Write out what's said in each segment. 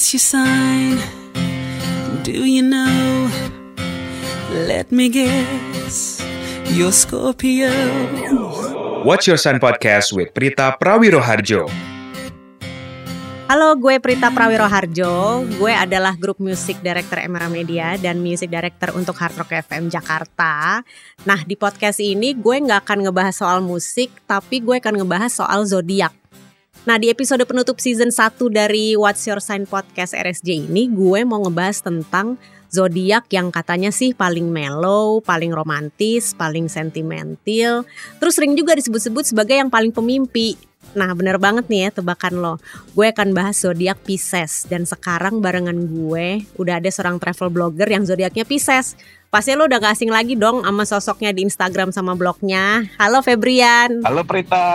What's your sign? Do you know? Let me guess. You're Scorpio. What's Your Sign Podcast with Prita Prawiroharjo. Halo, gue Prita Prawiroharjo. Gue adalah grup music director Emera Media dan music director untuk Hard Rock FM Jakarta. Nah, di podcast ini gue gak akan ngebahas soal musik, tapi gue akan ngebahas soal zodiak. Nah, di episode penutup season 1 dari What's Your Sign Podcast RSJ ini, gue mau ngebahas tentang zodiak yang katanya sih paling mellow, paling romantis, paling sentimental, terus sering juga disebut-sebut sebagai yang paling pemimpi. Nah, bener banget nih ya tebakan lo. Gue akan bahas zodiak Pisces, dan sekarang barengan gue udah ada seorang travel blogger yang zodiaknya Pisces. Pasti lo udah gak asing lagi dong sama sosoknya di Instagram sama blognya. Halo Febrian. Halo Prita.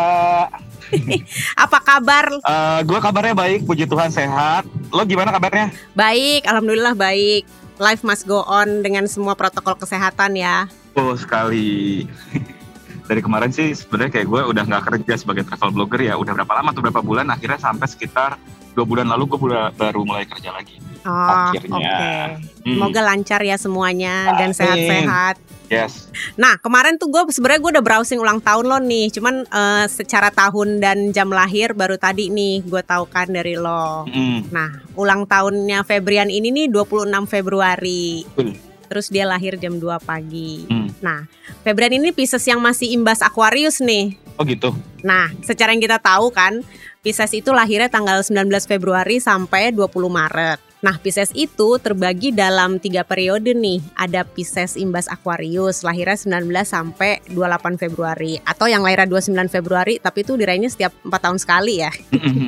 Apa kabar? Gue kabarnya baik, puji Tuhan sehat. Lo gimana kabarnya? Baik, alhamdulillah baik. Life must go on dengan semua protokol kesehatan ya. Oh sekali. Dari kemarin sih sebenarnya kayak gue udah gak kerja sebagai travel blogger ya. Udah berapa lama tuh, berapa bulan, akhirnya sampai sekitar 2 bulan lalu gue baru mulai kerja lagi. Oh, akhirnya. Okay. Semoga lancar ya semuanya dan sehat-sehat. Yes. Nah, kemarin tuh gue udah browsing ulang tahun lo nih. Cuman secara tahun dan jam lahir baru tadi nih gue tahu kan dari lo. Nah, ulang tahunnya Febrian ini nih 26 Februari. Terus dia lahir jam 2 pagi. Nah, Febrian ini Pisces yang masih imbas Aquarius nih. Oh gitu. Nah, secara yang kita tahu kan, Pisces itu lahirnya tanggal 19 Februari sampai 20 Maret. Nah, Pisces itu terbagi dalam 3 periode nih. Ada Pisces imbas Aquarius, lahirnya 19 sampai 28 Februari. Atau yang lahirnya 29 Februari, tapi itu diraihnya setiap 4 tahun sekali ya.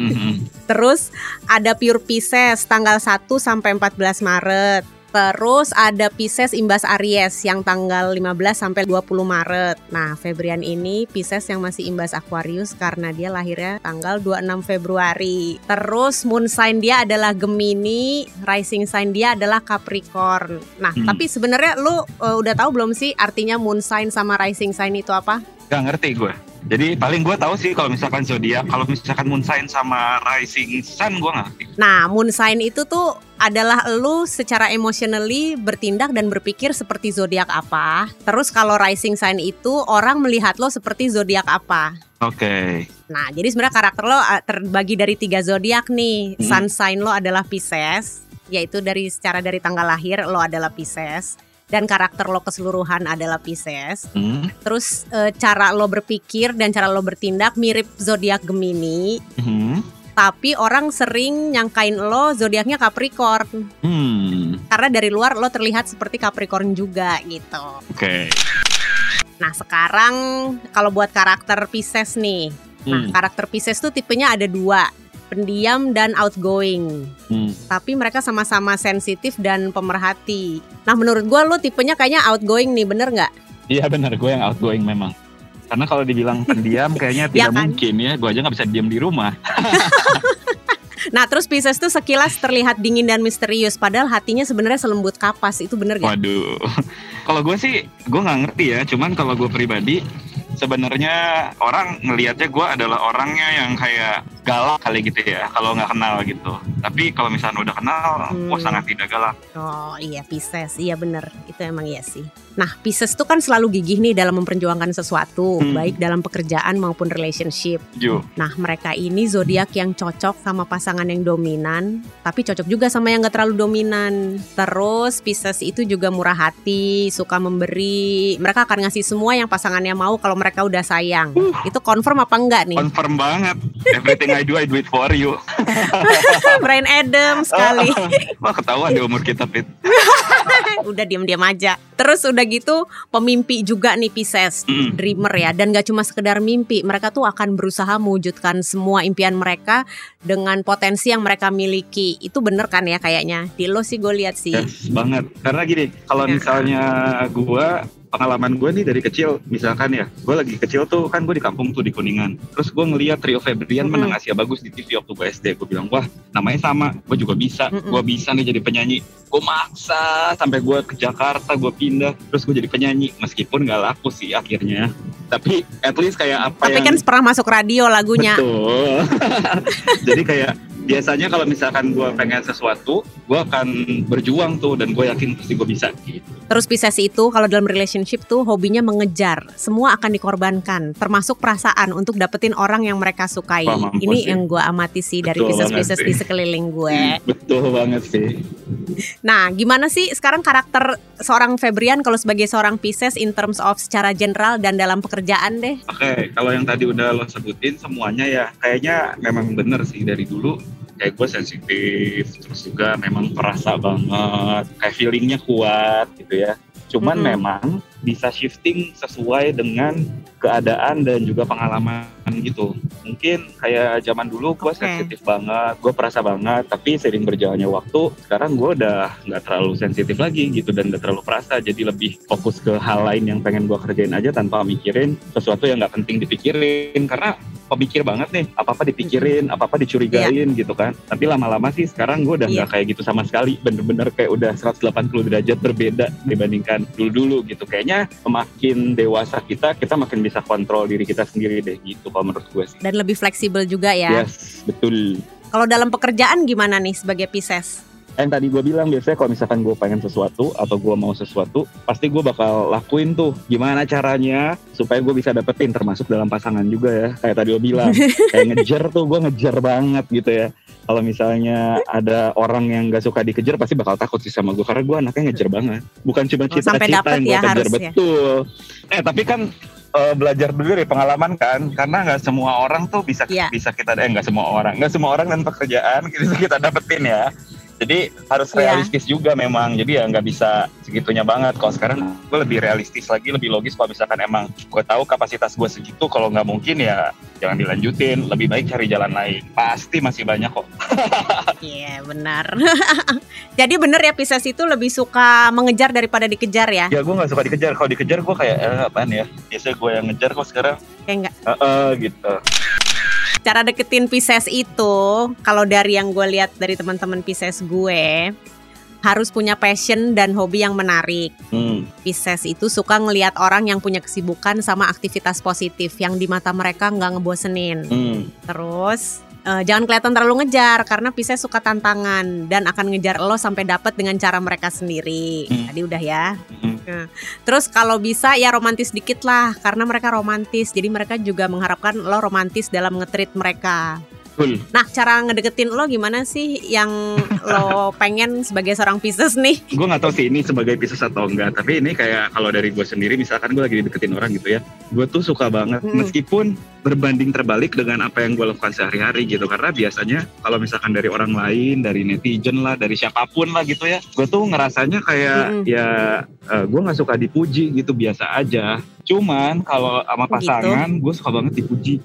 Terus ada Pure Pisces, tanggal 1 sampai 14 Maret. Terus ada Pisces imbas Aries yang tanggal 15 sampai 20 Maret. Nah, Febrian ini Pisces yang masih imbas Aquarius karena dia lahirnya tanggal 26 Februari. Terus moon sign dia adalah Gemini, rising sign dia adalah Capricorn. Nah, tapi sebenarnya lu udah tahu belum sih artinya moon sign sama rising sign itu apa? Gak ngerti gue. Jadi paling gue tahu sih kalau misalkan zodiak, kalau misalkan moon sign sama rising sun gue nggak ngerti. Nah, moon sign itu tuh adalah lu secara emotionally bertindak dan berpikir seperti zodiak apa. Terus kalau rising sign itu orang melihat lo seperti zodiak apa. Oke. Nah, jadi sebenarnya karakter lo terbagi dari 3 zodiak nih. Sun sign lo adalah Pisces, yaitu dari tanggal lahir lo adalah Pisces. Dan karakter lo keseluruhan adalah Pisces. Terus cara lo berpikir dan cara lo bertindak mirip zodiak Gemini. Tapi orang sering nyangkain lo zodiaknya Capricorn. Karena dari luar lo terlihat seperti Capricorn juga gitu. Oke. Nah, sekarang kalau buat karakter Pisces nih. Nah, karakter Pisces tuh tipenya ada 2. Pendiam dan outgoing. Tapi mereka sama-sama sensitif dan pemerhati. Nah, menurut gue lo tipenya kayaknya outgoing nih, bener gak? Iya bener, gue yang outgoing memang. Karena kalau dibilang pendiam kayaknya tidak kan? Mungkin ya. Gue aja gak bisa diam di rumah. Nah, terus Pisces tuh sekilas terlihat dingin dan misterius, padahal hatinya sebenarnya selembut kapas. Itu bener gak? Waduh. Kalau gue sih, gue gak ngerti ya. Cuman kalau gue pribadi, sebenarnya orang ngelihatnya gue adalah orangnya yang kayak galak kali gitu ya, kalau nggak kenal gitu. Tapi kalau misalnya udah kenal, gue sangat tidak galak. Oh iya, Pisces, iya bener, itu emang iya sih. Nah, Pisces tuh kan selalu gigih nih dalam memperjuangkan sesuatu, baik dalam pekerjaan maupun relationship. Nah, mereka ini zodiak yang cocok sama pasangan yang dominan, tapi cocok juga sama yang nggak terlalu dominan. Terus Pisces itu juga murah hati, suka memberi. Mereka akan ngasih semua yang pasangannya mau kalau mereka udah sayang. Itu confirm apa enggak nih? Confirm banget. Everything I do it for you. Bryan Adams sekali. Wah, ketahuan di umur kita, Pit. Udah diam-diam aja. Terus udah gitu pemimpi juga nih Pisces, dreamer ya. Dan gak cuma sekedar mimpi, mereka tuh akan berusaha mewujudkan semua impian mereka dengan potensi yang mereka miliki. Itu bener kan ya kayaknya? Di lo sih gue lihat sih. Yes, banget. Karena gini, kalau misalnya gue pengalaman gue nih dari kecil, misalkan ya, gue lagi kecil tuh kan gue di kampung tuh di Kuningan. Terus gue ngeliat Rio Febrian menang Asia Bagus di TV waktu gue SD. Gue bilang, wah namanya sama, gue juga bisa. Gue bisa nih jadi penyanyi. Gue maksa sampai gue ke Jakarta, gue pindah, terus gue jadi penyanyi. Meskipun gak laku sih akhirnya, tapi at least kayak apa tapi yang... kan pernah masuk radio lagunya. Betul. Jadi kayak biasanya kalau misalkan gue pengen sesuatu, gue akan berjuang tuh, dan gue yakin pasti gue bisa gitu. Terus Pisces itu kalau dalam relationship tuh hobinya mengejar. Semua akan dikorbankan, termasuk perasaan untuk dapetin orang yang mereka sukai. Ini yang gue amati sih dari Pisces-Pisces di sekeliling gue. Betul banget sih. Nah, gimana sih sekarang karakter seorang Febrian kalau sebagai seorang Pisces in terms of secara general dan dalam pekerjaan deh? Oke, kalau yang tadi udah lo sebutin semuanya ya, kayaknya memang bener sih dari dulu. Kayak gue sensitif, terus juga memang perasa banget, kayak feelingnya kuat gitu ya. Cuman memang bisa shifting sesuai dengan keadaan dan juga pengalaman gitu. Mungkin kayak zaman dulu gue sensitif banget, gue perasa banget, tapi sering berjalannya waktu, sekarang gue udah nggak terlalu sensitif lagi gitu dan nggak terlalu perasa. Jadi lebih fokus ke hal lain yang pengen gue kerjain aja tanpa mikirin sesuatu yang nggak penting dipikirin. Karena pemikir banget nih, apa-apa dipikirin, apa-apa dicurigain gitu kan. Tapi lama-lama sih sekarang gue udah nggak kayak gitu sama sekali. Bener-bener kayak udah 180 derajat berbeda dibandingkan dulu-dulu gitu. Kayaknya makin dewasa kita makin bisa kontrol diri kita sendiri deh gitu kalau menurut gue sih. Dan lebih fleksibel juga ya. Yes, betul. Kalau dalam pekerjaan gimana nih sebagai Pisces? Yang tadi gue bilang, biasanya kalau misalkan gue pengen sesuatu atau gue mau sesuatu, pasti gue bakal lakuin tuh gimana caranya supaya gue bisa dapetin, termasuk dalam pasangan juga ya. Kayak tadi gue bilang, kayak ngejar tuh gue ngejar banget gitu ya. Kalau misalnya ada orang yang gak suka dikejar, pasti bakal takut sih sama gue, karena gue anaknya ngejar banget. Bukan cuma cita-cita yang gue kejar, betul. Tapi kan belajar dulu dari pengalaman kan, karena nggak semua orang tuh bisa kita nggak semua orang dan pekerjaan bisa kita dapetin ya. Jadi harus realistis juga memang. Jadi ya nggak bisa segitunya banget. Kalau sekarang gue lebih realistis lagi, lebih logis. Kalau misalkan emang gue tahu kapasitas gue segitu, kalau nggak mungkin ya jangan dilanjutin. Lebih baik cari jalan lain. Pasti masih banyak kok. Iya benar. Jadi benar ya, Pisces itu lebih suka mengejar daripada dikejar ya? Ya gue nggak suka dikejar. Kalau dikejar gue kayak apaan ya? Biasanya gue yang ngejar kok sekarang. Kayak nggak? Gitu. Cara deketin Pisces itu, kalau dari yang gue lihat dari teman-teman Pisces gue, harus punya passion dan hobi yang menarik. Pisces itu suka ngelihat orang yang punya kesibukan sama aktivitas positif yang di mata mereka nggak ngebosenin. Terus jangan kelihatan terlalu ngejar, karena Pisces suka tantangan dan akan ngejar lo sampai dapat dengan cara mereka sendiri. Tadi udah ya. Terus kalau bisa ya romantis dikit lah, karena mereka romantis. Jadi mereka juga mengharapkan lo romantis dalam nge-treat mereka. Nah, cara ngedeketin lo gimana sih yang lo pengen sebagai seorang Pisces nih? Gue gak tahu sih ini sebagai Pisces atau enggak, tapi ini kayak kalau dari gue sendiri, misalkan gue lagi deketin orang gitu ya, gue tuh suka banget meskipun berbanding terbalik dengan apa yang gue lakukan sehari-hari gitu. Karena biasanya kalau misalkan dari orang lain, dari netizen lah, dari siapapun lah gitu ya, gue tuh ngerasanya kayak gue gak suka dipuji gitu, biasa aja. Cuman kalau sama pasangan gue suka banget dipuji.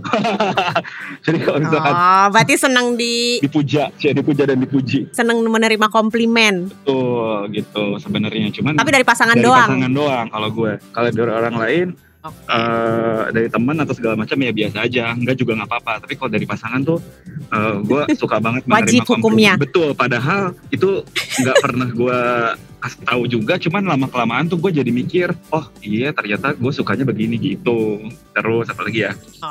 Jadi kalau misalkan berarti senang dipuja dan dipuji. Senang menerima komplimen. Betul gitu sebenarnya. Cuman tapi dari pasangan doang. Pasangan doang kalau gue. Kalau dari orang lain dari teman atau segala macam ya biasa aja, enggak juga nggak apa-apa. Tapi kalau dari pasangan tuh gue suka banget menerima wajib hukumnya. Betul, padahal itu nggak pernah gue kasih tahu juga, cuman lama-kelamaan tuh gue jadi mikir, oh iya ternyata gue sukanya begini gitu. Terus apalagi ya,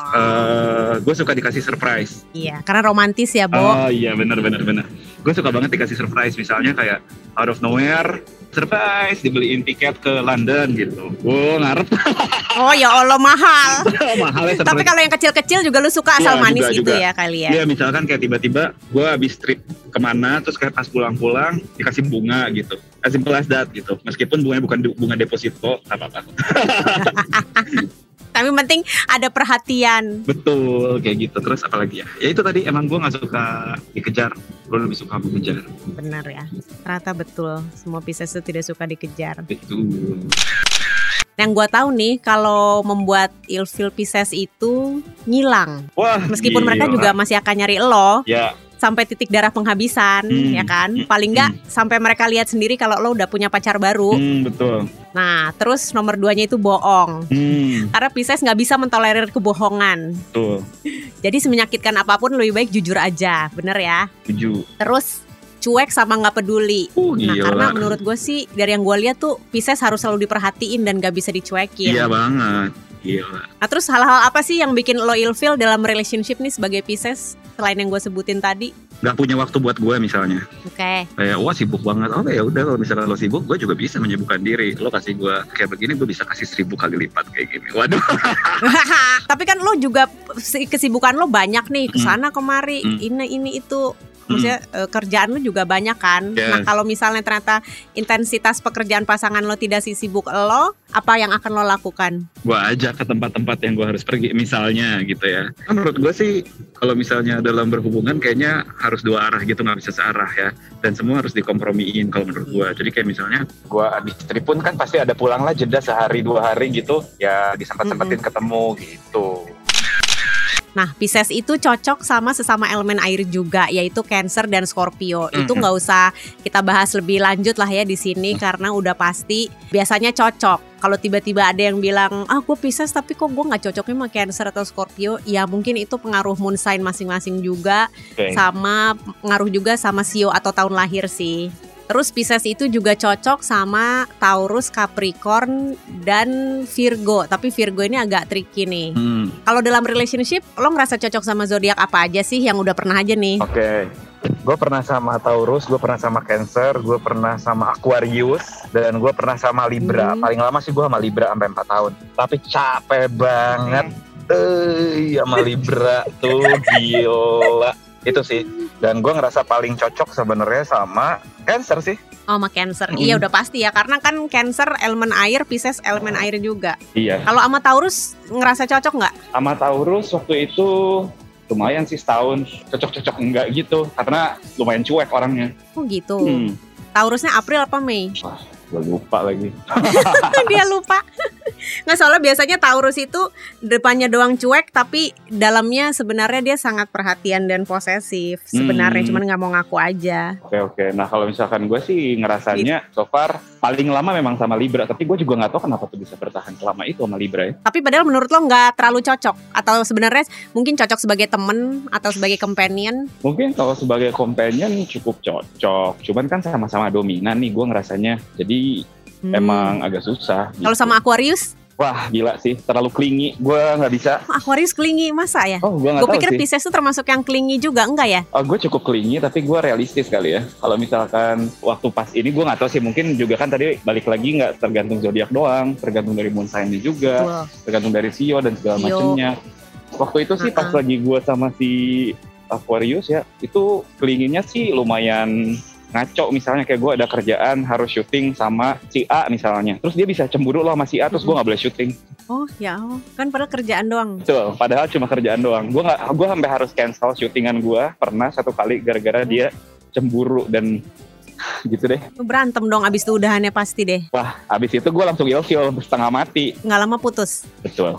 gue suka dikasih surprise. Iya, karena romantis ya, Bo. Oh iya, benar. Gue suka banget dikasih surprise, misalnya kayak out of nowhere, surprise dibeliin tiket ke London gitu. Gue ngarep. Oh ya Allah, mahal. Mahal ya surprise. Tapi kalau yang kecil-kecil juga lu suka asal manis juga, gitu ya kali ya. Iya, misalkan kayak tiba-tiba gue habis trip kemana, terus kayak pas pulang-pulang dikasih bunga gitu. As simple as that gitu. Meskipun bunganya bukan bunga deposito, apa-apa. Tapi penting ada perhatian. Betul, kayak gitu. Terus apalagi ya? Ya itu tadi, emang gue gak suka dikejar. Gue lebih suka mengejar. Benar ya. Ternyata betul. Semua Pisces itu tidak suka dikejar. Betul. Yang gue tahu nih, kalau membuat ilfil Pisces itu ngilang. Wah, meskipun gila. mereka juga masih akan nyari lo. Ya. Sampai titik darah penghabisan, ya kan? Paling enggak sampai mereka lihat sendiri kalau lo udah punya pacar baru. Betul. Nah, terus nomor 2-nya itu bohong. Karena Pisces nggak bisa mentolerir kebohongan. Betul. Jadi semenyakitkan apapun lebih baik jujur aja, bener ya? Setuju. Terus cuek sama nggak peduli. Nah, karena menurut gue sih dari yang gue lihat tuh Pisces harus selalu diperhatiin dan nggak bisa dicuekin. Iya banget. Gila. Nah, terus hal-hal apa sih yang bikin lo ilfil dalam relationship nih sebagai Pisces selain yang gue sebutin tadi? nggak punya waktu buat gue misalnya. Oke. Kayak wah sibuk banget. Oh ya udah, kalau misalnya lo sibuk, gue juga bisa menyibukkan diri. Lo kasih gue kayak begini, gue bisa kasih 1000 kali lipat kayak gini. Waduh. Tapi kan lo juga kesibukan lo banyak nih, kesana kemari, ini itu. Maksudnya kerjaan lo juga banyak kan. Nah kalau misalnya ternyata intensitas pekerjaan pasangan lo tidak sibuk lo, apa yang akan lo lakukan? Gue ajak ke tempat-tempat yang gue harus pergi misalnya gitu ya. Nah, menurut gue sih kalau misalnya dalam berhubungan kayaknya harus dua arah gitu, nggak bisa searah ya. Dan semua harus dikompromiin kalau menurut gue. Jadi kayak misalnya gue istri pun kan pasti ada pulang lah jeda sehari 2 hari gitu. Ya disempat-sempatin ketemu gitu. Nah, Pisces itu cocok sama sesama elemen air juga, yaitu Cancer dan Scorpio. Itu nggak usah kita bahas lebih lanjut lah ya di sini, karena udah pasti biasanya cocok. Kalau tiba-tiba ada yang bilang, gue Pisces tapi kok gue nggak cocoknya sama Cancer atau Scorpio, ya mungkin itu pengaruh moon sign masing-masing juga, sama pengaruh juga sama sio atau tahun lahir sih. Terus Pisces itu juga cocok sama Taurus, Capricorn, dan Virgo. Tapi Virgo ini agak tricky nih. Kalau dalam relationship, lo ngerasa cocok sama zodiak apa aja sih yang udah pernah aja nih? Oke. Gue pernah sama Taurus, gue pernah sama Cancer, gue pernah sama Aquarius, dan gue pernah sama Libra. Paling lama sih gue sama Libra sampai 4 tahun. Tapi capek banget. Sama Libra tuh gila. Itu sih. Dan gue ngerasa paling cocok sebenarnya sama Cancer sih. Oh, sama Cancer. Iya udah pasti ya, karena kan Cancer elemen air, Pisces elemen air juga. Iya. Kalau sama Taurus ngerasa cocok nggak? Sama Taurus waktu itu lumayan sih setahun, cocok-cocok enggak gitu, karena lumayan cuek orangnya. Oh gitu. Taurusnya April apa Mei? Wah, gue lupa lagi. Dia lupa. Nggak, soalnya biasanya Taurus itu depannya doang cuek, tapi dalamnya sebenarnya dia sangat perhatian dan posesif. Sebenarnya cuman nggak mau ngaku aja. Oke. Nah kalau misalkan gue sih ngerasanya so far paling lama memang sama Libra, tapi gue juga nggak tahu kenapa tuh bisa bertahan selama itu sama Libra ya. Tapi padahal menurut lo nggak terlalu cocok, atau sebenarnya mungkin cocok sebagai temen atau sebagai companion? Mungkin kalau sebagai companion cukup cocok, cuman kan sama-sama dominan nih gue ngerasanya, jadi emang agak susah. Gitu. Kalau sama Aquarius? Wah gila sih, terlalu clingy, gue nggak bisa. Aquarius clingy masa ya? Oh gue nggak tahu sih. Gue pikir Pisces itu termasuk yang clingy juga, enggak ya? Oh gue cukup clingy tapi gue realistis kali ya. Kalau misalkan waktu pas ini gue nggak tahu sih, mungkin juga kan tadi balik lagi nggak tergantung zodiak doang, tergantung dari moon sign-nya juga, tergantung dari sio dan segala macamnya. Waktu itu sih pas lagi gue sama si Aquarius ya, itu clingy-nya sih lumayan ngaco. Misalnya kayak gue ada kerjaan harus syuting sama si A misalnya, terus dia bisa cemburu loh sama si A, terus gue nggak boleh syuting. Oh ya, kan padahal kerjaan doang. Betul, padahal cuma kerjaan doang. Gue sampai harus cancel syutingan gue pernah 1 kali gara-gara dia cemburu dan gitu deh. Berantem dong abis itu udahannya pasti deh. Wah, abis itu gue langsung ilfeel setengah mati. Nggak lama putus. Betul.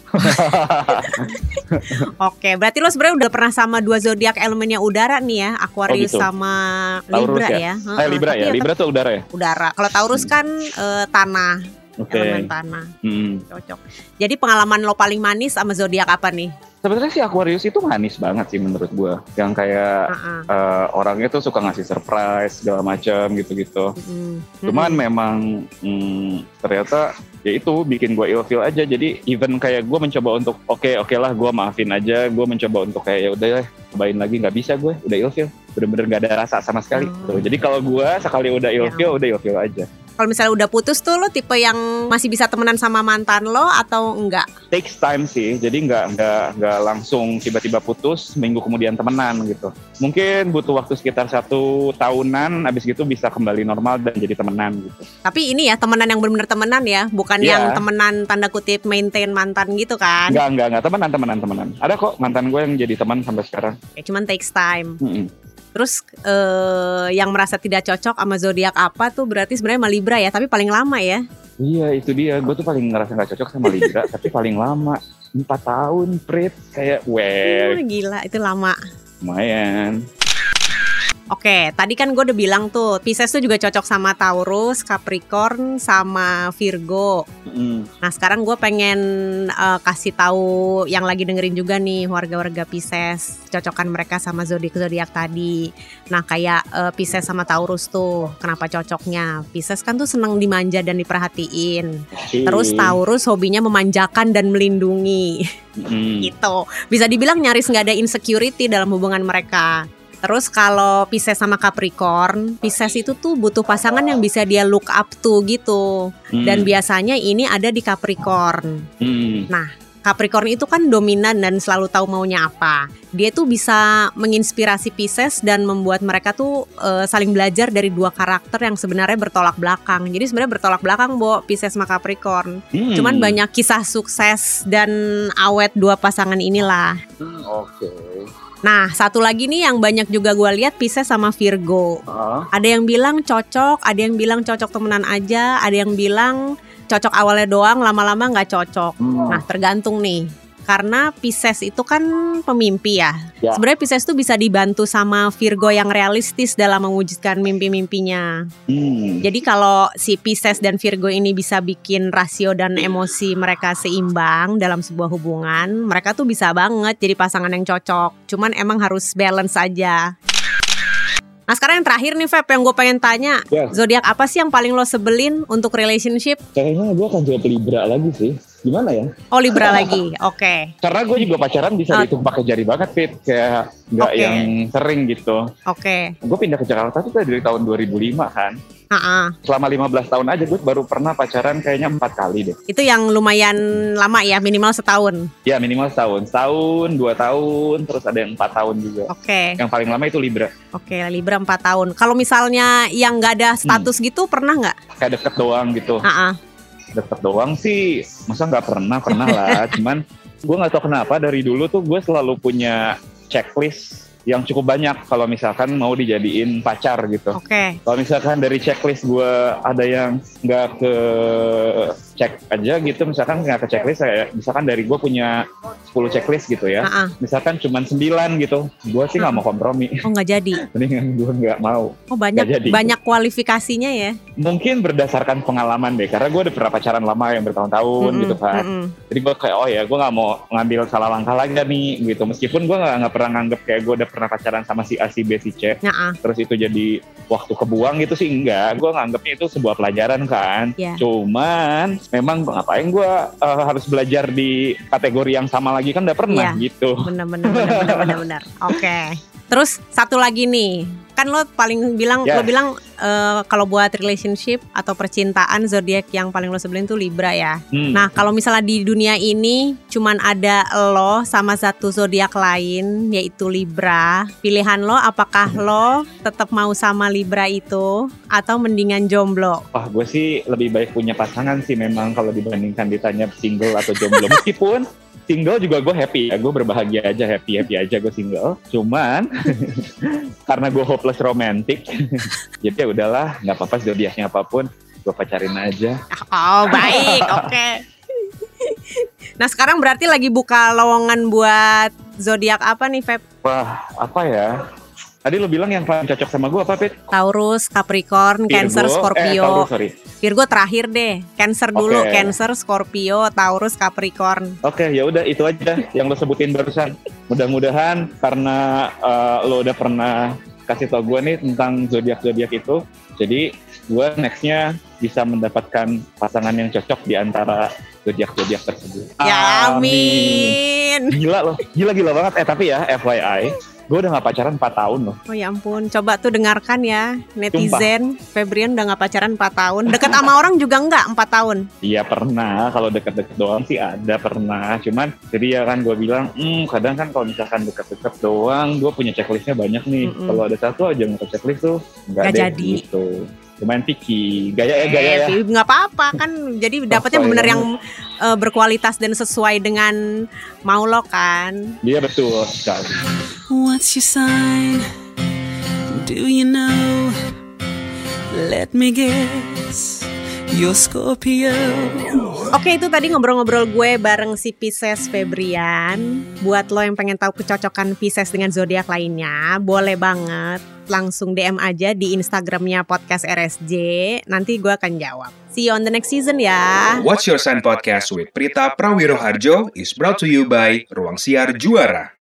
Oke, berarti lo sebenarnya udah pernah sama 2 zodiak elemennya udara nih ya, Aquarius sama Libra Taurus ya. Libra ya, Libra tuh udara ya. Udara. Kalau Taurus kan tanah, elemen tanah. Cocok. Jadi pengalaman lo paling manis sama zodiak apa nih? Sebenarnya si Aquarius itu manis banget sih menurut gue. Yang kayak orangnya tuh suka ngasih surprise segala macam gitu-gitu. Cuman memang ternyata ya itu bikin gue ilfeel aja. Jadi even kayak gue mencoba untuk oke lah gue maafin aja. Gue mencoba untuk kayak ya udah cobain lagi, nggak bisa gue. Udah ilfeel. Bener-bener nggak ada rasa sama sekali. Jadi kalau gue sekali udah ilfeel aja. Kalau misalnya udah putus tuh lo tipe yang masih bisa temenan sama mantan lo atau enggak? Takes time sih, jadi nggak langsung tiba-tiba putus, minggu kemudian temenan gitu. Mungkin butuh waktu sekitar 1 tahunan, abis gitu bisa kembali normal dan jadi temenan gitu. Tapi ini ya temenan yang benar-benar temenan ya, bukan yang temenan tanda kutip maintain mantan gitu kan? Nggak, temenan. Ada kok mantan gue yang jadi teman sampai sekarang. Ya, cuman takes time. Terus yang merasa tidak cocok sama zodiak apa tuh berarti sebenarnya sama Libra ya, tapi paling lama ya? Iya itu dia, gue tuh paling ngerasa nggak cocok sama Libra, tapi paling lama 4 tahun, Prit, kayak gila itu lama. Lumayan. Oke, tadi kan gue udah bilang tuh Pisces tuh juga cocok sama Taurus, Capricorn, sama Virgo. Nah sekarang gue pengen kasih tahu yang lagi dengerin juga nih warga-warga Pisces, cocokan mereka sama zodiak tadi. Nah kayak Pisces sama Taurus tuh, kenapa cocoknya? Pisces kan tuh seneng dimanja dan diperhatiin. Terus Taurus hobinya memanjakan dan melindungi. Gitu. Bisa dibilang nyaris nggak ada insecurity dalam hubungan mereka. Terus kalau Pisces sama Capricorn, Pisces itu tuh butuh pasangan yang bisa dia look up to gitu. Dan biasanya ini ada di Capricorn. Nah, Capricorn itu kan dominan dan selalu tahu maunya apa. Dia tuh bisa menginspirasi Pisces dan membuat mereka tuh saling belajar dari dua karakter yang sebenarnya bertolak belakang. Jadi sebenarnya bertolak belakang, Bo, Pisces sama Capricorn. Cuman banyak kisah sukses dan awet dua pasangan inilah. Oke. Nah, satu lagi nih yang banyak juga gue lihat Pisces sama Virgo. Ada yang bilang cocok, ada yang bilang cocok temenan aja, ada yang bilang cocok awalnya doang, lama-lama nggak cocok. Nah, tergantung nih. Karena Pisces itu kan pemimpi ya. Sebenarnya Pisces tuh bisa dibantu sama Virgo yang realistis dalam mewujudkan mimpi-mimpinya. Jadi kalau si Pisces dan Virgo ini bisa bikin rasio dan emosi mereka seimbang dalam sebuah hubungan, mereka tuh bisa banget jadi pasangan yang cocok. Cuman emang harus balance aja. Nah, sekarang yang terakhir nih, Feb, yang gue pengen tanya, zodiak apa sih yang paling lo sebelin untuk relationship? Kayaknya gue akan jawab Libra lagi sih. Gimana ya? Oh, Libra lagi, oke. Karena gue juga pacaran bisa dihitung pakai jari banget, Fit. Kayak nggak yang sering gitu. Oke. Gue pindah ke Jakarta tuh dari tahun 2005 kan. Selama 15 tahun aja gue baru pernah pacaran kayaknya 4 kali deh. Itu yang lumayan lama ya, minimal setahun? Ya minimal setahun, 2 tahun, terus ada yang 4 tahun juga. Oke. Yang paling lama itu Libra. Oke, Libra 4 tahun. Kalau misalnya yang nggak ada status gitu, pernah nggak? Kayak deket doang gitu. Deket doang sih, masa nggak pernah lah. Cuman gue nggak tahu kenapa dari dulu tuh gue selalu punya checklist yang cukup banyak kalau misalkan mau dijadiin pacar gitu. Kalau misalkan dari checklist gue ada yang nggak ke cek aja gitu, misalkan nggak ke checklist, misalkan dari gue punya 10 checklist gitu ya, misalkan cuma 9 gitu, gue sih nggak mau kompromi. Oh, nggak jadi? Mendingan gue nggak mau. Oh, banyak kualifikasinya ya? Mungkin berdasarkan pengalaman deh, karena gue udah pernah pacaran lama yang bertahun-tahun gitu kan. Jadi gue kayak, oh ya gue nggak mau ngambil salah langkah lagi nih gitu. Meskipun gue nggak pernah nganggep kayak gue udah pernah pacaran sama si A, si B, si C, terus itu jadi waktu kebuang gitu sih, enggak. Gue nganggepnya itu sebuah pelajaran kan. Cuman memang ngapain gue harus belajar di kategori yang sama lagi, kan udah pernah gitu. Benar. Oke. Terus satu lagi nih, kan lo paling bilang lo bilang kalau buat relationship atau percintaan zodiak yang paling lo sebelin tuh Libra ya. Nah, kalau misalnya di dunia ini cuman ada lo sama satu zodiak lain yaitu Libra, pilihan lo apakah lo tetap mau sama Libra itu atau mendingan jomblo? Wah, gue sih lebih baik punya pasangan sih memang kalau dibandingkan ditanya single atau jomblo. Meskipun single juga gue happy ya, gue berbahagia aja, happy aja gue single. Cuman karena gue hopeless romantic, jadi ya udahlah, nggak apa-apa zodiaknya apapun, gue pacarin aja. Oh, baik, oke. Nah, sekarang berarti lagi buka lowongan buat zodiak apa nih, Feb? Wah, apa ya? Tadi lo bilang yang paling cocok sama gue apa, Pit? Taurus, Capricorn, Cancer, Scorpio. Virgo terakhir deh. Cancer dulu, Cancer, Scorpio, Taurus, Capricorn. Oke, ya udah itu aja yang lo sebutin barusan. Mudah-mudahan karena lo udah pernah kasih tau gue nih tentang zodiak-zodiak itu, jadi gue nextnya bisa mendapatkan pasangan yang cocok di antara zodiak-zodiak tersebut. Ya amin. Gila banget. Tapi ya FYI, gue udah gak pacaran 4 tahun loh. Oh ya ampun, coba tuh dengarkan ya netizen. Sumpah. Febrian udah gak pacaran 4 tahun. Deket sama orang juga enggak 4 tahun? Iya pernah, kalau deket-deket doang sih ada pernah. Cuman jadi ya kan gue bilang, kadang kan kalau misalkan deket-deket doang, gue punya checklistnya banyak nih. Kalau ada satu aja yang ke checklist tuh gak jadi gitu. Lumayan picky, gaya ya. Nggak apa-apa kan, jadi dapetnya bener yang berkualitas dan sesuai dengan mau lo kan. Iya betul sekali. What's your sign? Do you know? Let me guess. You're Scorpio. Oke, itu tadi ngobrol-ngobrol gue bareng si Pisces Febrian. Buat lo yang pengen tahu kecocokan Pisces dengan zodiak lainnya, boleh banget langsung DM aja di Instagramnya Podcast RSJ. Nanti gue akan jawab. See you on the next season ya. What's Your Sign Podcast with Prita Prawiroharjo is brought to you by Ruang Siar Juara.